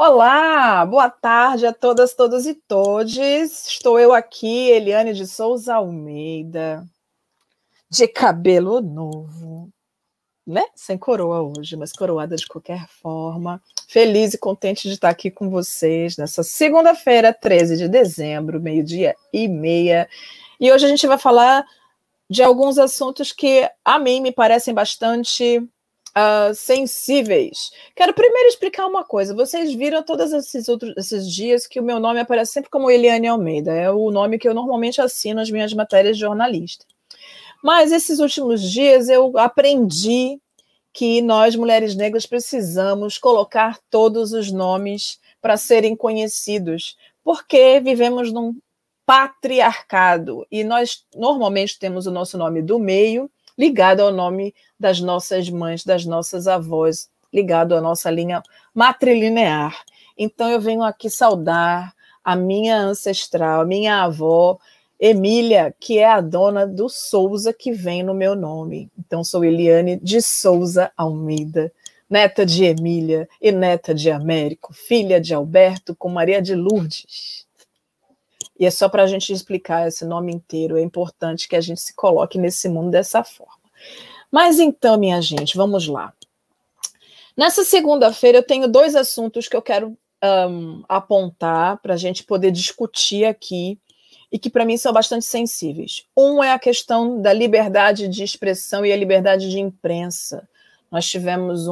Olá, boa tarde a todas, todos e todes. Estou eu aqui, Eliane de Souza Almeida, de cabelo novo, né? Sem coroa hoje, mas coroada de qualquer forma. Feliz e contente de estar aqui com vocês nessa segunda-feira, 13 de dezembro, 12h30. E hoje a gente vai falar de alguns assuntos que a mim me parecem bastante sensíveis. Quero primeiro explicar uma coisa. Vocês viram todos esses dias que o meu nome aparece sempre como Eliane Almeida. É o nome que eu normalmente assino as minhas matérias de jornalista. Mas esses últimos dias eu aprendi que nós, mulheres negras, precisamos colocar todos os nomes para serem conhecidos, porque vivemos num patriarcado e nós normalmente temos o nosso nome do meio ligado ao nome das nossas mães, das nossas avós, ligado à nossa linha matrilinear. Então eu venho aqui saudar a minha ancestral, a minha avó, Emília, que é a dona do Souza que vem no meu nome. Então sou Eliane de Souza Almeida, neta de Emília e neta de Américo, filha de Alberto com Maria de Lourdes. E é só para a gente explicar esse nome inteiro, é importante que a gente se coloque nesse mundo dessa forma. Mas então, minha gente, vamos lá. Nessa segunda-feira eu tenho dois assuntos que eu quero apontar para a gente poder discutir aqui e que para mim são bastante sensíveis. Um é a questão da liberdade de expressão e a liberdade de imprensa. Nós tivemos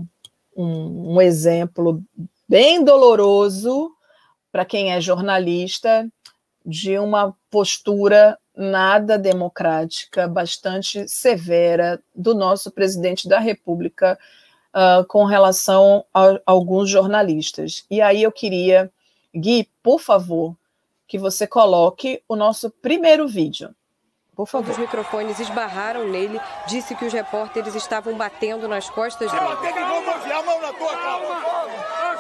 um exemplo bem doloroso para quem é jornalista, de uma postura nada democrática, bastante severa do nosso presidente da República com relação a alguns jornalistas. E aí eu queria, Gui, por favor, que você coloque o nosso primeiro vídeo. Por favor. Os microfones esbarraram nele, disse que os repórteres estavam batendo nas costas dele. Eu tenho que enfiar a mão na tua cara.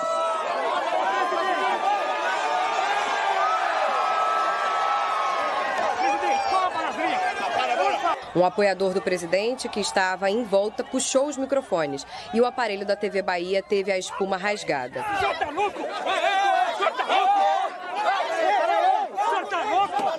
Um apoiador do presidente, que estava em volta, puxou os microfones e o aparelho da TV Bahia teve a espuma rasgada. O senhor tá louco? O senhor tá louco? O senhor tá louco?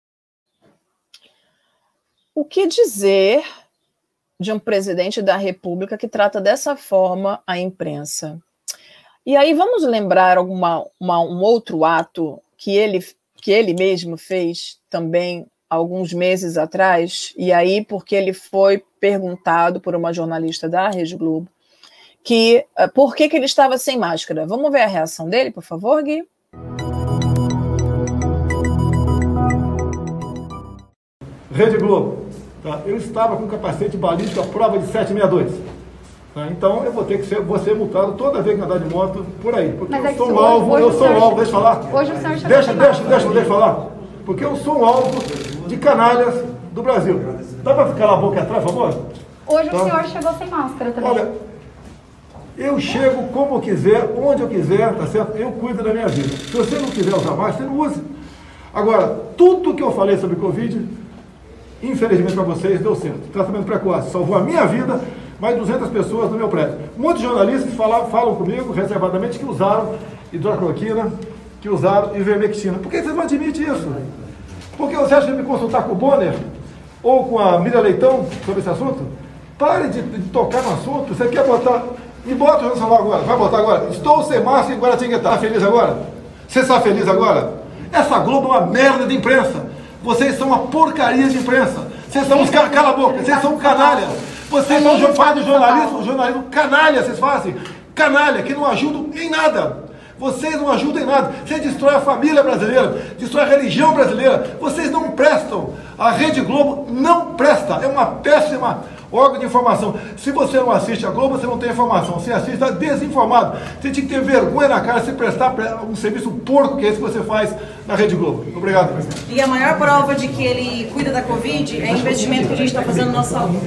O que dizer de um presidente da República que trata dessa forma a imprensa? E aí vamos lembrar um outro ato que ele mesmo fez também alguns meses atrás, e aí porque ele foi perguntado por uma jornalista da Rede Globo que por que ele estava sem máscara. Vamos ver a reação dele, por favor, Gui? Rede Globo, tá? Eu estava com capacete balístico à prova de 762. Tá? Então eu vou ter que ser multado toda vez que andar de moto por aí. Porque eu sou um alvo, deixa eu falar. Hoje o senhor Deixa eu falar. Porque eu sou um alvo de canalhas do Brasil. Dá para ficar a boca atrás, por favor? Hoje o senhor chegou sem máscara também. Olha, eu chego como eu quiser, onde eu quiser, tá certo? Eu cuido da minha vida. Se você não quiser usar máscara, você não use. Agora, tudo que eu falei sobre Covid, infelizmente para vocês, deu certo. Tratamento precoce salvou a minha vida, mais 200 pessoas no meu prédio. Muitos jornalistas falam comigo, reservadamente, que usaram hidrocloroquina, que usaram ivermectina. Por que vocês não admitem isso? Porque você acha que me consultar com o Bonner ou com a Miriam Leitão sobre esse assunto? Pare de tocar no assunto. Você quer botar... E bota o Nacional agora. Vai botar agora. Estou sem máscara em Guaratinguetá. Está feliz agora? Você está feliz agora? Essa Globo é uma merda de imprensa. Vocês são uma porcaria de imprensa. Vocês são uns caras... Cala a boca. Vocês são canalha. Vocês fazem o jornalismo canalha. Vocês fazem canalha, que não ajudam em nada. Vocês não ajudam em nada. Você destrói a família brasileira, destrói a religião brasileira. Vocês não prestam. A Rede Globo não presta. É uma péssima órgão de informação. Se você não assiste a Globo, você não tem informação. Se assiste, está desinformado. Você tinha que ter vergonha na cara se prestar um serviço porco que é esse que você faz na Rede Globo. Obrigado, presidente. E a maior prova de que ele cuida da Covid é o investimento que a gente está fazendo na nossa saúde.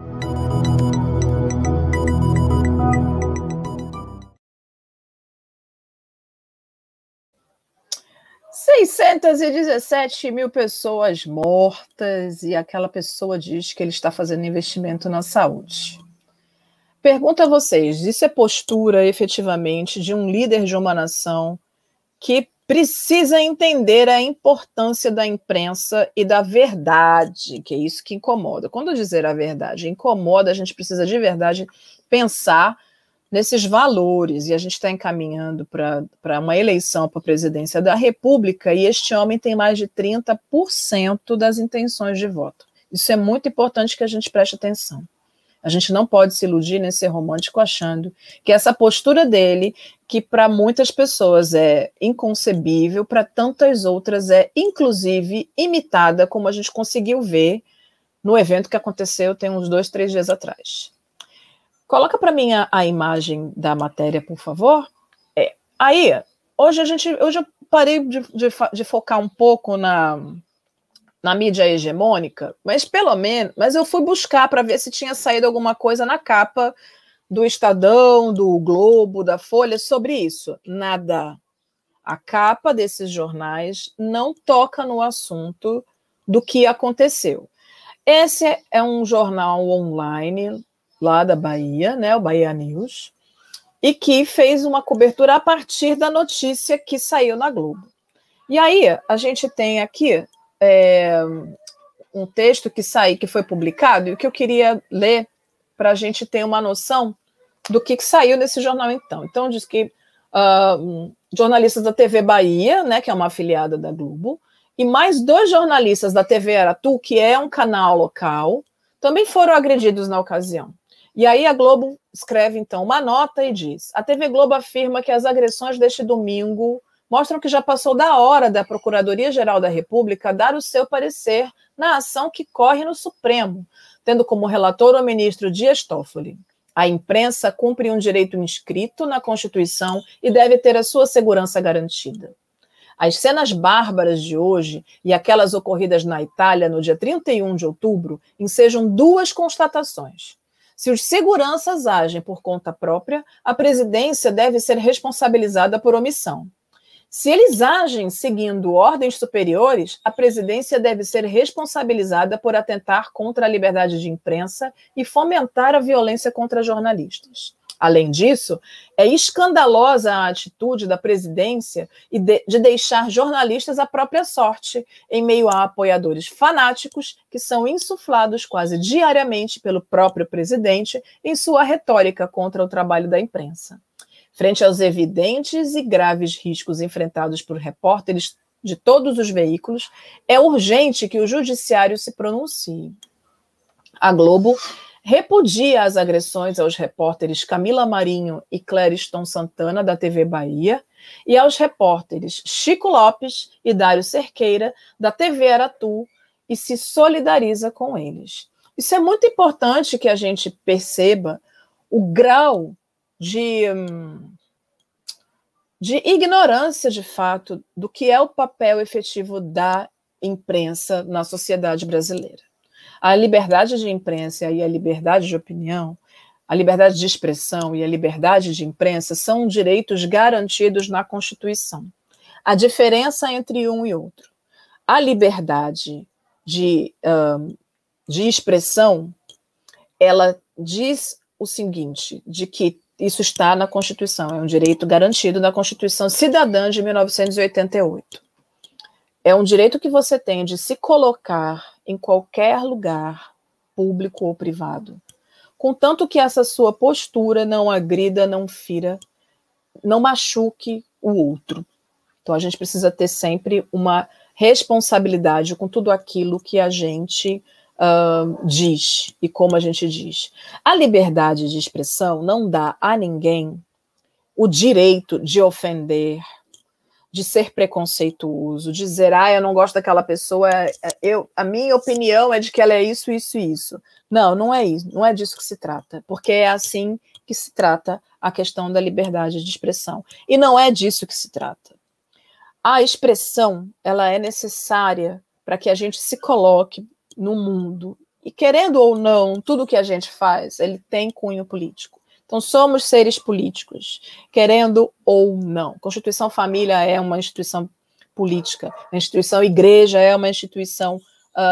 617 mil pessoas mortas e aquela pessoa diz que ele está fazendo investimento na saúde. pergunto a vocês, isso é postura, efetivamente, de um líder de uma nação que precisa entender a importância da imprensa e da verdade, que é isso que incomoda. Quando dizer a verdade incomoda, a gente precisa de verdade pensar nesses valores, e a gente está encaminhando para uma eleição para a presidência da República, e este homem tem mais de 30% das intenções de voto. Isso é muito importante que a gente preste atenção. A gente não pode se iludir nem ser romântico achando que essa postura dele, que para muitas pessoas é inconcebível, para tantas outras é, inclusive, imitada, como a gente conseguiu ver no evento que aconteceu tem uns 2, 3 dias atrás. Coloca para mim a imagem da matéria, por favor. Aí, hoje eu parei de focar um pouco na mídia hegemônica, mas pelo menos, eu fui buscar para ver se tinha saído alguma coisa na capa do Estadão, do Globo, da Folha sobre isso. Nada. A capa desses jornais não toca no assunto do que aconteceu. Esse é um jornal online lá da Bahia, né, o Bahia News, e que fez uma cobertura a partir da notícia que saiu na Globo. E aí, a gente tem aqui um texto que foi publicado e que eu queria ler para a gente ter uma noção do que saiu nesse jornal então. Então, diz que jornalistas da TV Bahia, né, que é uma afiliada da Globo, e mais 2 jornalistas da TV Aratu, que é um canal local, também foram agredidos na ocasião. E aí a Globo escreve, então, uma nota e diz: a TV Globo afirma que as agressões deste domingo mostram que já passou da hora da Procuradoria-Geral da República dar o seu parecer na ação que corre no Supremo, tendo como relator o ministro Dias Toffoli. A imprensa cumpre um direito inscrito na Constituição e deve ter a sua segurança garantida. As cenas bárbaras de hoje e aquelas ocorridas na Itália no dia 31 de outubro ensejam 2 constatações. Se os seguranças agem por conta própria, a presidência deve ser responsabilizada por omissão. Se eles agem seguindo ordens superiores, a presidência deve ser responsabilizada por atentar contra a liberdade de imprensa e fomentar a violência contra jornalistas. Além disso, é escandalosa a atitude da presidência de deixar jornalistas à própria sorte, em meio a apoiadores fanáticos que são insuflados quase diariamente pelo próprio presidente em sua retórica contra o trabalho da imprensa. Frente aos evidentes e graves riscos enfrentados por repórteres de todos os veículos, é urgente que o judiciário se pronuncie. A Globo repudia as agressões aos repórteres Camila Marinho e Clériston Santana, da TV Bahia, e aos repórteres Chico Lopes e Dário Cerqueira, da TV Aratu, e se solidariza com eles. Isso é muito importante que a gente perceba o grau de ignorância, de fato, do que é o papel efetivo da imprensa na sociedade brasileira. A liberdade de imprensa e a liberdade de opinião, a liberdade de expressão e a liberdade de imprensa são direitos garantidos na Constituição. A diferença entre um e outro. A liberdade de expressão, ela diz o seguinte, de que isso está na Constituição, é um direito garantido na Constituição Cidadã de 1988. É um direito que você tem de se colocar em qualquer lugar, público ou privado, contanto que essa sua postura não agrida, não fira, não machuque o outro. Então a gente precisa ter sempre uma responsabilidade com tudo aquilo que a gente diz e como a gente diz. A liberdade de expressão não dá a ninguém o direito de ofender, de ser preconceituoso, de dizer, eu não gosto daquela pessoa, a minha opinião é de que ela é isso, isso e isso. Não, não é isso, não é disso que se trata, porque é assim que se trata a questão da liberdade de expressão. E não é disso que se trata. A expressão, ela é necessária para que a gente se coloque no mundo. E querendo ou não, tudo que a gente faz, ele tem cunho político. Então, somos seres políticos, querendo ou não. Constituição Família é uma instituição política, a instituição Igreja é uma instituição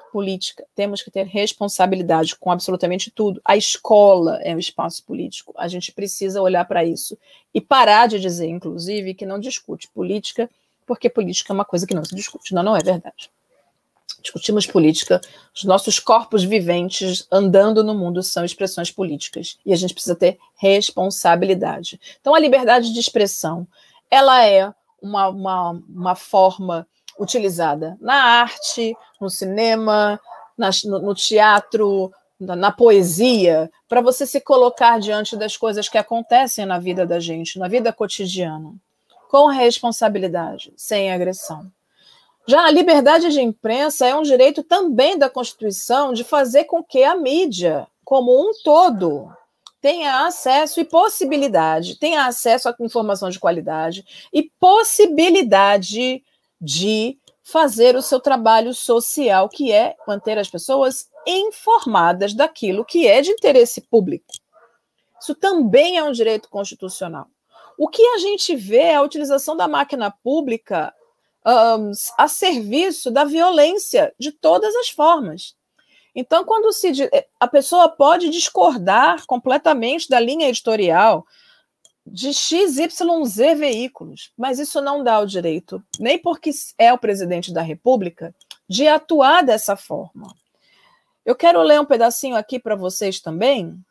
política. Temos que ter responsabilidade com absolutamente tudo. A escola é um espaço político. A gente precisa olhar para isso e parar de dizer, inclusive, que não discute política, porque política é uma coisa que não se discute. Não, não é verdade. Discutimos política, os nossos corpos viventes andando no mundo são expressões políticas e a gente precisa ter responsabilidade. Então, a liberdade de expressão, ela é uma forma utilizada na arte, no cinema, no teatro, na poesia, para você se colocar diante das coisas que acontecem na vida da gente, na vida cotidiana, com responsabilidade, sem agressão. Já a liberdade de imprensa é um direito também da Constituição de fazer com que a mídia, como um todo, tenha acesso e possibilidade, tenha acesso à informação de qualidade e possibilidade de fazer o seu trabalho social, que é manter as pessoas informadas daquilo que é de interesse público. Isso também é um direito constitucional. O que a gente vê é a utilização da máquina pública a serviço da violência de todas as formas. Então, quando a pessoa pode discordar completamente da linha editorial de XYZ veículos, mas isso não dá o direito, nem porque é o presidente da República, de atuar dessa forma. Eu quero ler um pedacinho aqui para vocês também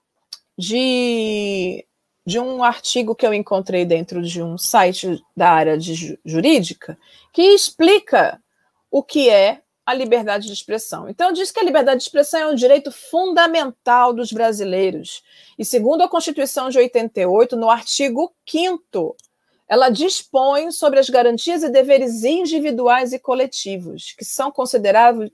de um artigo que eu encontrei dentro de um site da área jurídica que explica o que é a liberdade de expressão. Então, diz que a liberdade de expressão é um direito fundamental dos brasileiros. E, segundo a Constituição de 88, no artigo 5º, ela dispõe sobre as garantias e deveres individuais e coletivos, que são considerados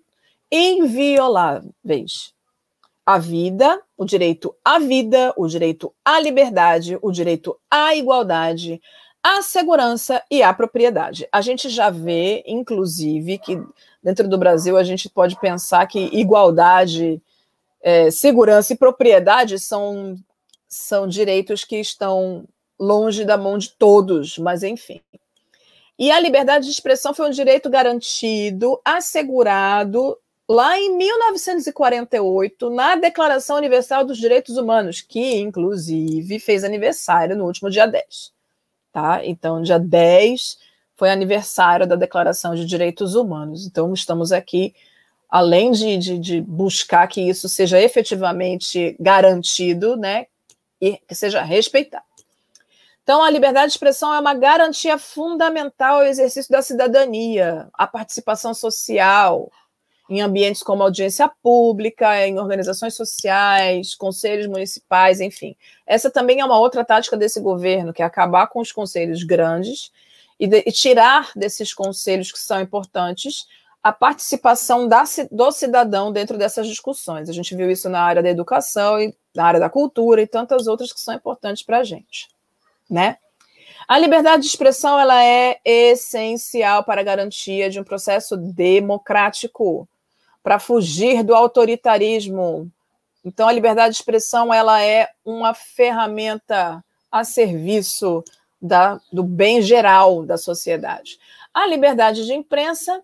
invioláveis. A vida, o direito à vida, o direito à liberdade, o direito à igualdade, à segurança e à propriedade. A gente já vê, inclusive, que dentro do Brasil a gente pode pensar que igualdade, segurança e propriedade são direitos que estão longe da mão de todos, mas enfim. E a liberdade de expressão foi um direito garantido, assegurado, lá em 1948, na Declaração Universal dos Direitos Humanos, que, inclusive, fez aniversário no último dia 10. Tá? Então, dia 10 foi aniversário da Declaração de Direitos Humanos. Então, estamos aqui, além de buscar que isso seja efetivamente garantido, né, e que seja respeitado. Então, a liberdade de expressão é uma garantia fundamental ao exercício da cidadania, à participação social, em ambientes como audiência pública, em organizações sociais, conselhos municipais, enfim. Essa também é uma outra tática desse governo, que é acabar com os conselhos grandes e tirar desses conselhos que são importantes a participação do cidadão dentro dessas discussões. A gente viu isso na área da educação, e na área da cultura e tantas outras que são importantes para a gente, né? A liberdade de expressão ela é essencial para a garantia de um processo democrático, para fugir do autoritarismo. Então, a liberdade de expressão ela é uma ferramenta a serviço do bem geral da sociedade. A liberdade de imprensa,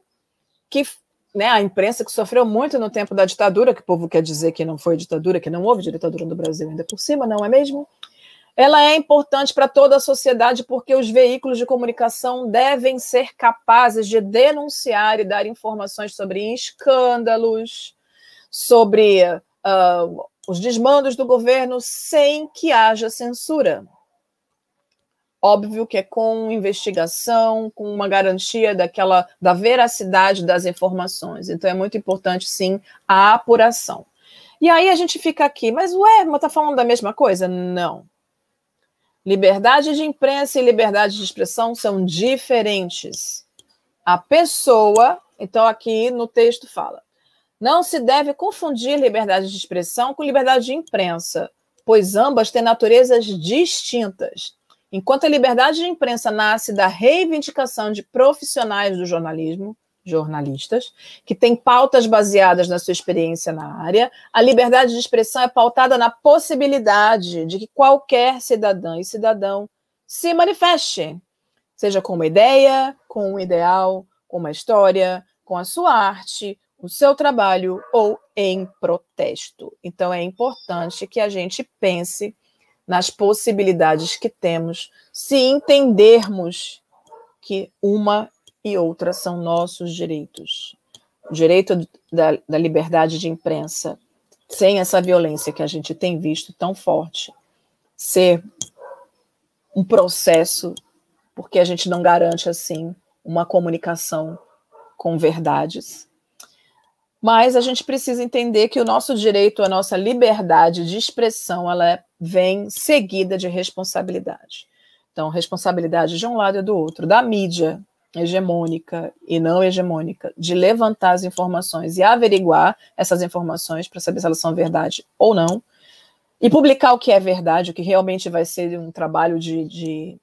a imprensa que sofreu muito no tempo da ditadura, que o povo quer dizer que não foi ditadura, que não houve ditadura no Brasil ainda por cima, não é mesmo? Ela é importante para toda a sociedade porque os veículos de comunicação devem ser capazes de denunciar e dar informações sobre escândalos, sobre os desmandos do governo sem que haja censura. Óbvio que é com investigação, com uma garantia da veracidade das informações. Então é muito importante, sim, a apuração. E aí a gente fica aqui, mas está falando da mesma coisa? Não. Liberdade de imprensa e liberdade de expressão são diferentes. A pessoa, então aqui no texto fala, não se deve confundir liberdade de expressão com liberdade de imprensa, pois ambas têm naturezas distintas. Enquanto a liberdade de imprensa nasce da reivindicação de profissionais do jornalismo, jornalistas, que têm pautas baseadas na sua experiência na área, a liberdade de expressão é pautada na possibilidade de que qualquer cidadã e cidadão se manifeste, seja com uma ideia, com um ideal, com uma história, com a sua arte, o seu trabalho ou em protesto. Então, é importante que a gente pense nas possibilidades que temos, se entendermos que uma e outra são nossos direitos. O direito da liberdade de imprensa, sem essa violência que a gente tem visto tão forte, ser um processo, porque a gente não garante, assim, uma comunicação com verdades. Mas a gente precisa entender que o nosso direito, a nossa liberdade de expressão, ela vem seguida de responsabilidade. Então, responsabilidade de um lado e do outro, da mídia hegemônica e não hegemônica, de levantar as informações e averiguar essas informações para saber se elas são verdade ou não, e publicar o que é verdade, o que realmente vai ser um trabalho de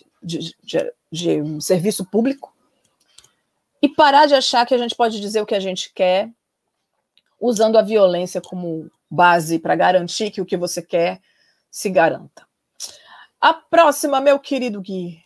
um serviço público, e parar de achar que a gente pode dizer o que a gente quer, usando a violência como base para garantir que o que você quer se garanta. A próxima, meu querido Gui.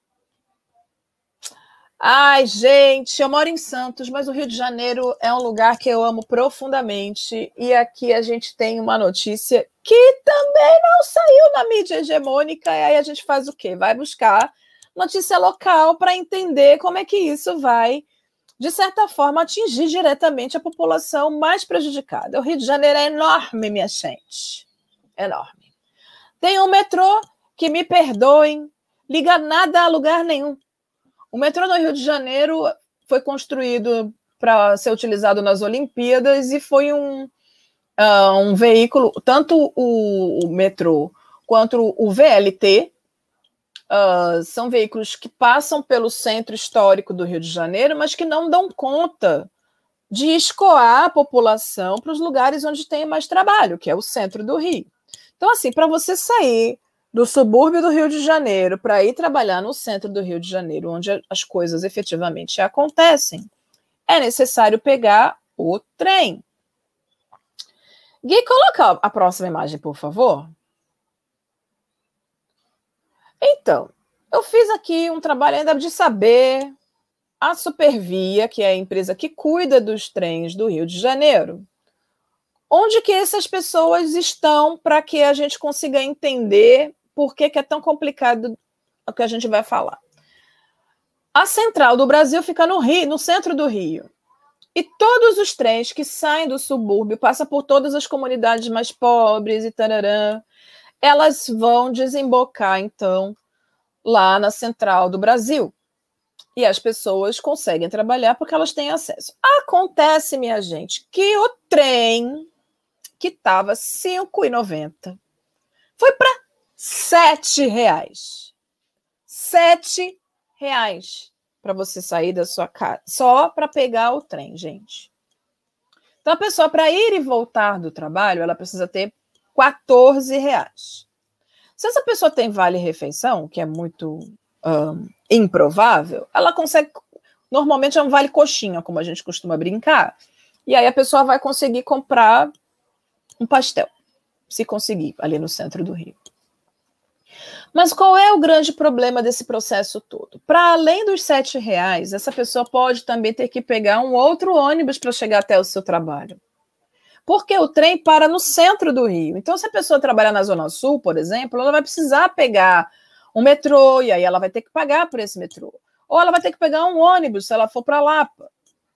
Ai, gente, eu moro em Santos, mas o Rio de Janeiro é um lugar que eu amo profundamente, e aqui a gente tem uma notícia que também não saiu na mídia hegemônica, e aí a gente faz o quê? Vai buscar notícia local para entender como é que isso vai, de certa forma, atingir diretamente a população mais prejudicada. O Rio de Janeiro é enorme, minha gente. Enorme. Tem um metrô que, me perdoem, liga nada a lugar nenhum. O metrô no Rio de Janeiro foi construído para ser utilizado nas Olimpíadas e foi um veículo, tanto o metrô quanto o VLT, são veículos que passam pelo centro histórico do Rio de Janeiro, mas que não dão conta de escoar a população para os lugares onde tem mais trabalho, que é o centro do Rio. Então, assim, para você sair do subúrbio do Rio de Janeiro para ir trabalhar no centro do Rio de Janeiro, onde as coisas efetivamente acontecem, é necessário pegar o trem. Gui, coloca a próxima imagem, por favor. Então, eu fiz aqui um trabalho ainda de saber a Supervia, que é a empresa que cuida dos trens do Rio de Janeiro, onde que essas pessoas estão para que a gente consiga entender por que é tão complicado o que a gente vai falar. A Central do Brasil fica no Rio, no centro do Rio. E todos os trens que saem do subúrbio, passam por todas as comunidades mais pobres e tararã, elas vão desembocar, então, lá na Central do Brasil. E as pessoas conseguem trabalhar porque elas têm acesso. Acontece, minha gente, que o trem que estava R$ 5,90 foi para R$ 7,00. R$ 7,00 para você sair da sua casa, só para pegar o trem, gente. Então, a pessoa, para ir e voltar do trabalho, ela precisa ter R$ 14,00. Se essa pessoa tem vale-refeição, que é muito improvável, ela consegue, normalmente é um vale-coxinha, como a gente costuma brincar, e aí a pessoa vai conseguir comprar um pastel, se conseguir, ali no centro do Rio. Mas qual é o grande problema desse processo todo? Para além dos R$ 7,00, essa pessoa pode também ter que pegar um outro ônibus para chegar até o seu trabalho. Porque o trem para no centro do Rio. Então, se a pessoa trabalhar na Zona Sul, por exemplo, ela vai precisar pegar um metrô, e aí ela vai ter que pagar por esse metrô. Ou ela vai ter que pegar um ônibus, se ela for para Lapa.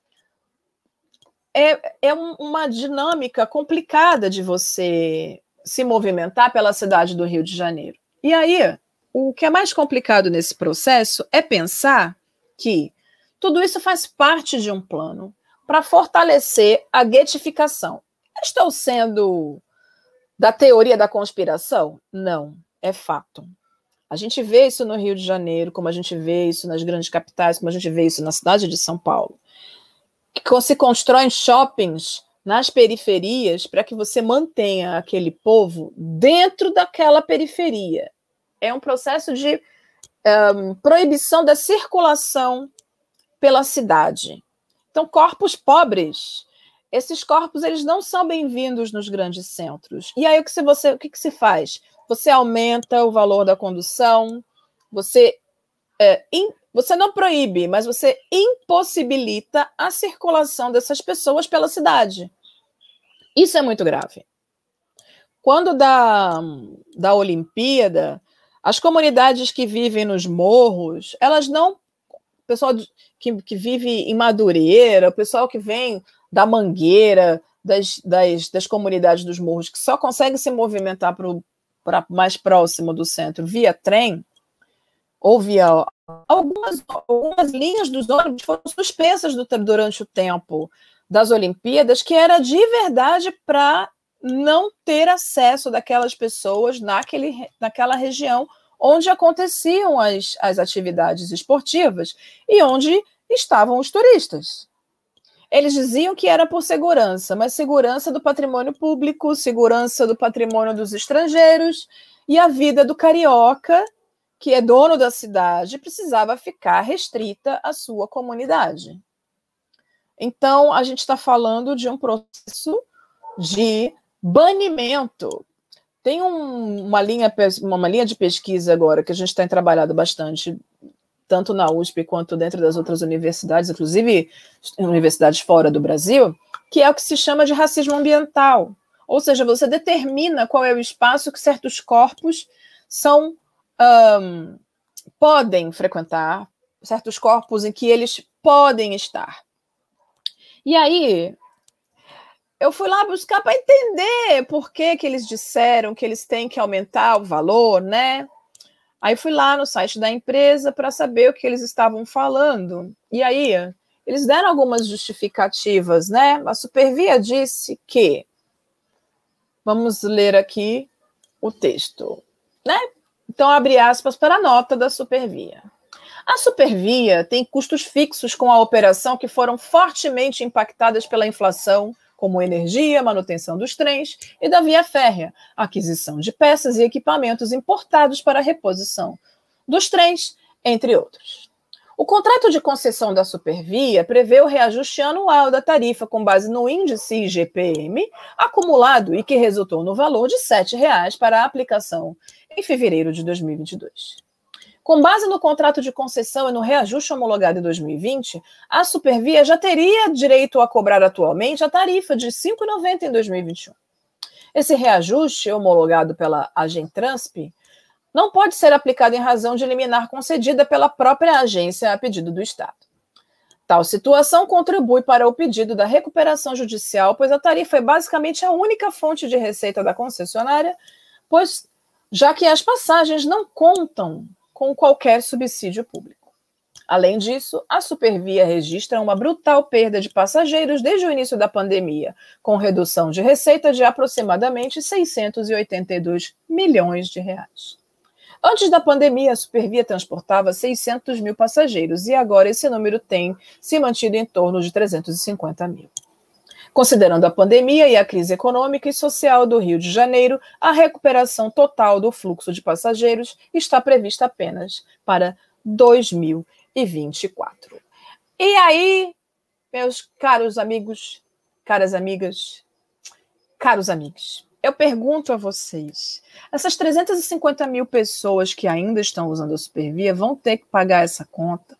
É uma dinâmica complicada de você se movimentar pela cidade do Rio de Janeiro. E aí, o que é mais complicado nesse processo é pensar que tudo isso faz parte de um plano para fortalecer a guetificação. Estou sendo da teoria da conspiração? Não, é fato. A gente vê isso no Rio de Janeiro, como a gente vê isso nas grandes capitais, como a gente vê isso na cidade de São Paulo. Que se constroem shoppings nas periferias para que você mantenha aquele povo dentro daquela periferia. É um processo de proibição da circulação pela cidade. Então, corpos pobres, esses corpos eles não são bem-vindos nos grandes centros. E aí, o que se faz? Você aumenta o valor da condução, você Você não proíbe, mas você impossibilita a circulação dessas pessoas pela cidade. Isso é muito grave. Quando da Olimpíada, as comunidades que vivem nos morros, elas não... O pessoal que vive em Madureira, o pessoal que vem da Mangueira, das comunidades dos morros, que só consegue se movimentar para mais próximo do centro via trem, ou via... Algumas linhas dos ônibus foram suspensas durante o tempo das Olimpíadas, que era de verdade para não ter acesso daquelas pessoas naquela região onde aconteciam as atividades esportivas e onde estavam os turistas. Eles diziam que era por segurança, mas segurança do patrimônio público, segurança do patrimônio dos estrangeiros, e a vida do carioca, que é dono da cidade, precisava ficar restrita à sua comunidade. Então, a gente está falando de um processo de banimento. Tem uma linha de pesquisa agora que a gente tem trabalhado bastante, tanto na USP quanto dentro das outras universidades, inclusive universidades fora do Brasil, que é o que se chama de racismo ambiental. Ou seja, você determina qual é o espaço que certos corpos podem frequentar, certos corpos em que eles podem estar. E aí, eu fui lá buscar para entender por que eles disseram que eles têm que aumentar o valor, né? Aí fui lá no site da empresa para saber o que eles estavam falando. E aí, eles deram algumas justificativas, né? A Supervia disse que... Vamos ler aqui o texto, né? Então, abre aspas para a nota da Supervia. A Supervia tem custos fixos com a operação que foram fortemente impactadas pela inflação, como energia, manutenção dos trens e da via férrea, aquisição de peças e equipamentos importados para a reposição dos trens, entre outros. O contrato de concessão da Supervia prevê o reajuste anual da tarifa com base no índice IGPM acumulado e que resultou no valor de R$ 7,00 para a aplicação em fevereiro de 2022. Com base no contrato de concessão e no reajuste homologado em 2020, a Supervia já teria direito a cobrar atualmente a tarifa de R$ 5,90 em 2021. Esse reajuste, homologado pela Agentransp, não pode ser aplicado em razão de liminar concedida pela própria agência a pedido do Estado. Tal situação contribui para o pedido da recuperação judicial, pois a tarifa é basicamente a única fonte de receita da concessionária, pois já que as passagens não contam com qualquer subsídio público. Além disso, a Supervia registra uma brutal perda de passageiros desde o início da pandemia, com redução de receita de aproximadamente R$ 682 milhões. Antes da pandemia, a Supervia transportava 600 mil passageiros e agora esse número tem se mantido em torno de 350 mil. Considerando a pandemia e a crise econômica e social do Rio de Janeiro, a recuperação total do fluxo de passageiros está prevista apenas para 2024. E aí, meus caros amigos, caras amigas, caros amigos, eu pergunto a vocês, essas 350 mil pessoas que ainda estão usando a Supervia vão ter que pagar essa conta?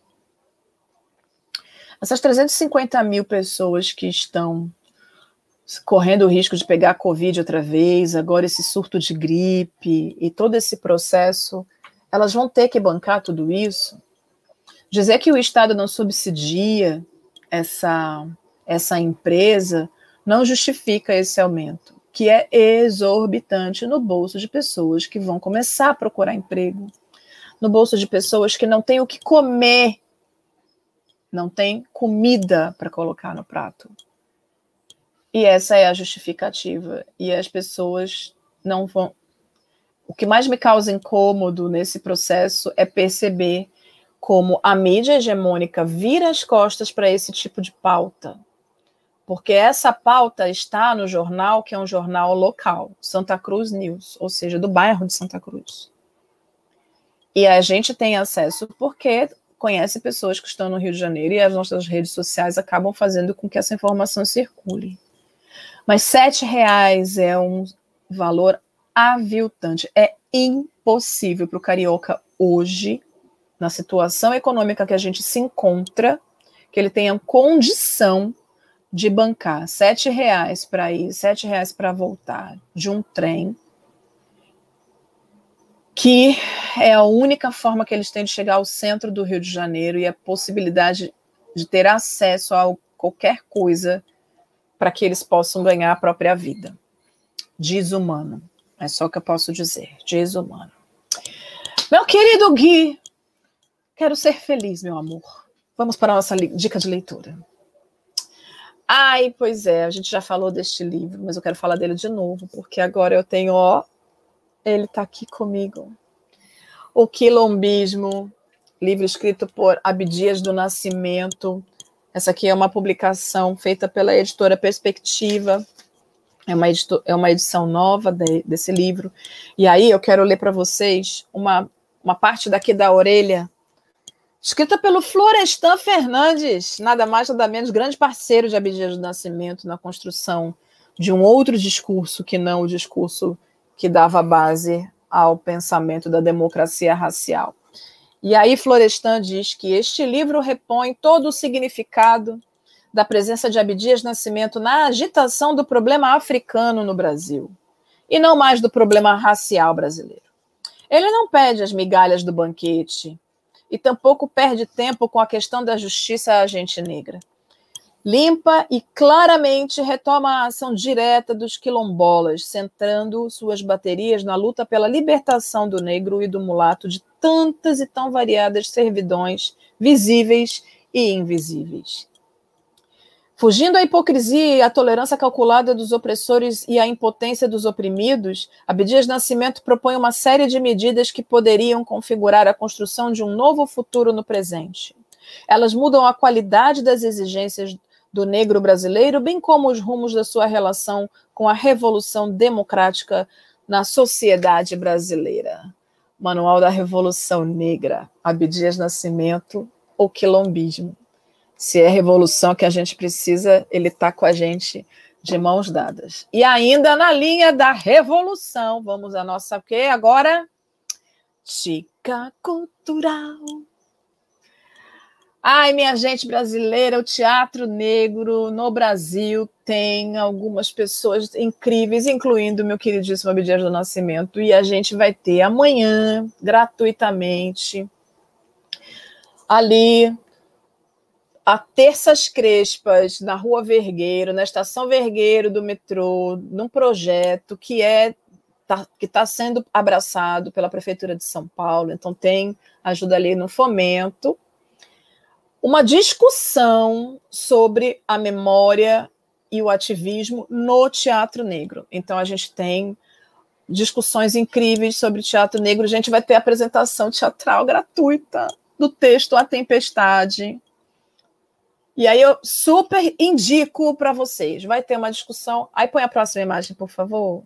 Essas 350 mil pessoas que estão correndo o risco de pegar a Covid outra vez, agora esse surto de gripe e todo esse processo, elas vão ter que bancar tudo isso? Dizer que o Estado não subsidia essa empresa não justifica esse aumento, que é exorbitante no bolso de pessoas que vão começar a procurar emprego, no bolso de pessoas que não têm o que comer, não tem comida para colocar no prato. E essa é a justificativa. E as pessoas não vão... O que mais me causa incômodo nesse processo é perceber como a mídia hegemônica vira as costas para esse tipo de pauta. Porque essa pauta está no jornal, que é um jornal local, Santa Cruz News, ou seja, do bairro de Santa Cruz. E a gente tem acesso porque conhece pessoas que estão no Rio de Janeiro e as nossas redes sociais acabam fazendo com que essa informação circule. Mas R$ 7,00 é um valor aviltante. É impossível para o carioca hoje, na situação econômica que a gente se encontra, que ele tenha condição de bancar R$7 para ir, R$7 para voltar de um trem, que é a única forma que eles têm de chegar ao centro do Rio de Janeiro e a possibilidade de ter acesso a qualquer coisa para que eles possam ganhar a própria vida. Desumano. É só o que eu posso dizer. Desumano. Meu querido Gui, quero ser feliz, meu amor. Vamos para a nossa dica de leitura. Ai, pois é, a gente já falou deste livro, mas eu quero falar dele de novo, porque agora eu tenho, ele está aqui comigo. O Quilombismo, livro escrito por Abdias do Nascimento. Essa aqui é uma publicação feita pela editora Perspectiva. É uma edição nova desse livro. E aí eu quero ler para vocês uma parte daqui da orelha, escrita pelo Florestan Fernandes, nada mais nada menos, grande parceiro de Abdias do Nascimento na construção de um outro discurso que não o discurso que dava base ao pensamento da democracia racial. E aí Florestan diz que este livro repõe todo o significado da presença de Abdias Nascimento na agitação do problema africano no Brasil, e não mais do problema racial brasileiro. Ele não pede as migalhas do banquete, e tampouco perde tempo com a questão da justiça à gente negra. Limpa e claramente retoma a ação direta dos quilombolas, centrando suas baterias na luta pela libertação do negro e do mulato de tantas e tão variadas servidões visíveis e invisíveis. Fugindo à hipocrisia e à tolerância calculada dos opressores e à impotência dos oprimidos, Abdias Nascimento propõe uma série de medidas que poderiam configurar a construção de um novo futuro no presente. Elas mudam a qualidade das exigências do negro brasileiro, bem como os rumos da sua relação com a revolução democrática na sociedade brasileira. Manual da Revolução Negra, Abdias Nascimento, o Quilombismo. Se é revolução que a gente precisa, ele está com a gente de mãos dadas. E ainda na linha da revolução, vamos à nossa, o quê agora? Dica cultural. Ai, minha gente brasileira, o teatro negro no Brasil tem algumas pessoas incríveis, incluindo o meu queridíssimo Abdias do Nascimento, e a gente vai ter amanhã, gratuitamente, ali, a Terças Crespas, na Rua Vergueiro, na Estação Vergueiro do metrô, num projeto que está sendo abraçado pela Prefeitura de São Paulo, então tem ajuda ali no fomento, uma discussão sobre a memória e o ativismo no teatro negro. Então a gente tem discussões incríveis sobre teatro negro, a gente vai ter apresentação teatral gratuita do texto A Tempestade. E aí eu super indico para vocês. Vai ter uma discussão. Aí põe a próxima imagem, por favor.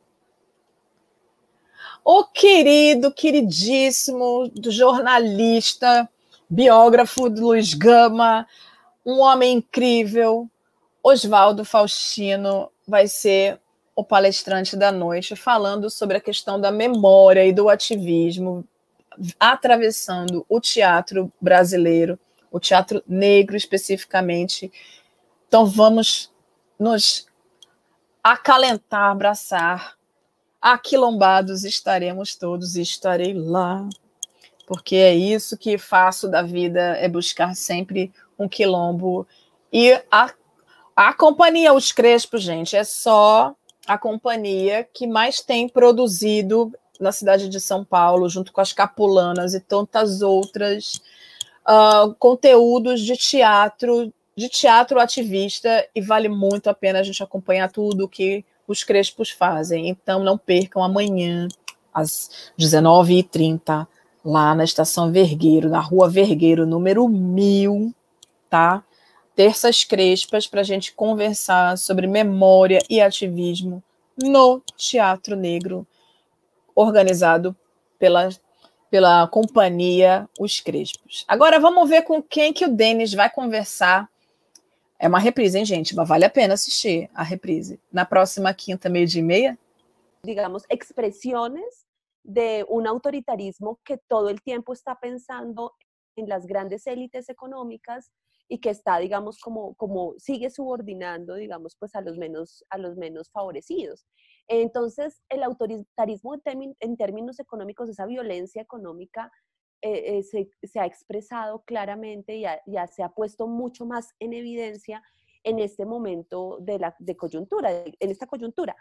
O queridíssimo jornalista, biógrafo do Luiz Gama, um homem incrível, Oswaldo Faustino, vai ser o palestrante da noite, falando sobre a questão da memória e do ativismo, atravessando o teatro brasileiro, o teatro negro especificamente. Então vamos nos acalentar, abraçar. Aquilombados estaremos todos e estarei lá, porque é isso que faço da vida, é buscar sempre um quilombo. E a companhia Os Crespos, gente, é só a companhia que mais tem produzido na cidade de São Paulo, junto com as Capulanas e tantas outras, conteúdos de teatro ativista, e vale muito a pena a gente acompanhar tudo que os Crespos fazem. Então não percam amanhã, às 19h30, lá na Estação Vergueiro, na Rua Vergueiro, número 1000, tá? Terças Crespas, para a gente conversar sobre memória e ativismo no teatro negro, organizado pela companhia Os Crespos. Agora vamos ver com quem que o Denis vai conversar. É uma reprise, hein, gente? Mas vale a pena assistir a reprise. Na próxima quinta, 12h30. Digamos, expresiones de un autoritarismo que todo el tiempo está pensando en las grandes élites económicas y que está, digamos, como sigue subordinando, digamos, pues a los menos favorecidos. Entonces, el autoritarismo en términos económicos, esa violencia económica, se ha expresado claramente y ya se ha puesto mucho más en evidencia en este momento de coyuntura, en esta coyuntura.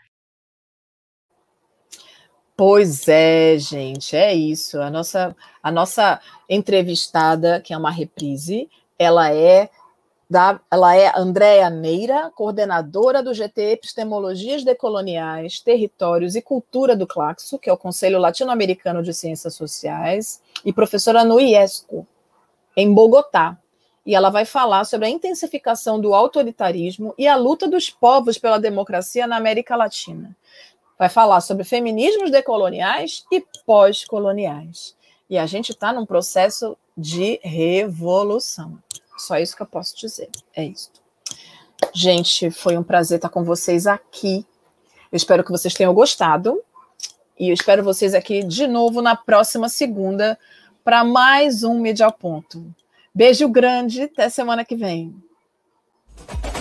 Pois é, gente, é isso. A nossa entrevistada, que é uma reprise, ela é Andréa Meira, coordenadora do GT Epistemologias Decoloniais, Territórios e Cultura do Claxo, que é o Conselho Latino-Americano de Ciências Sociais, e professora no IESCO, em Bogotá. E ela vai falar sobre a intensificação do autoritarismo e a luta dos povos pela democracia na América Latina. Vai falar sobre feminismos decoloniais e pós-coloniais. E a gente está num processo de revolução. Só isso que eu posso dizer. É isso. Gente, foi um prazer estar com vocês aqui. Eu espero que vocês tenham gostado. E eu espero vocês aqui de novo na próxima segunda para mais um Mídia ao Ponto. Beijo grande, até semana que vem.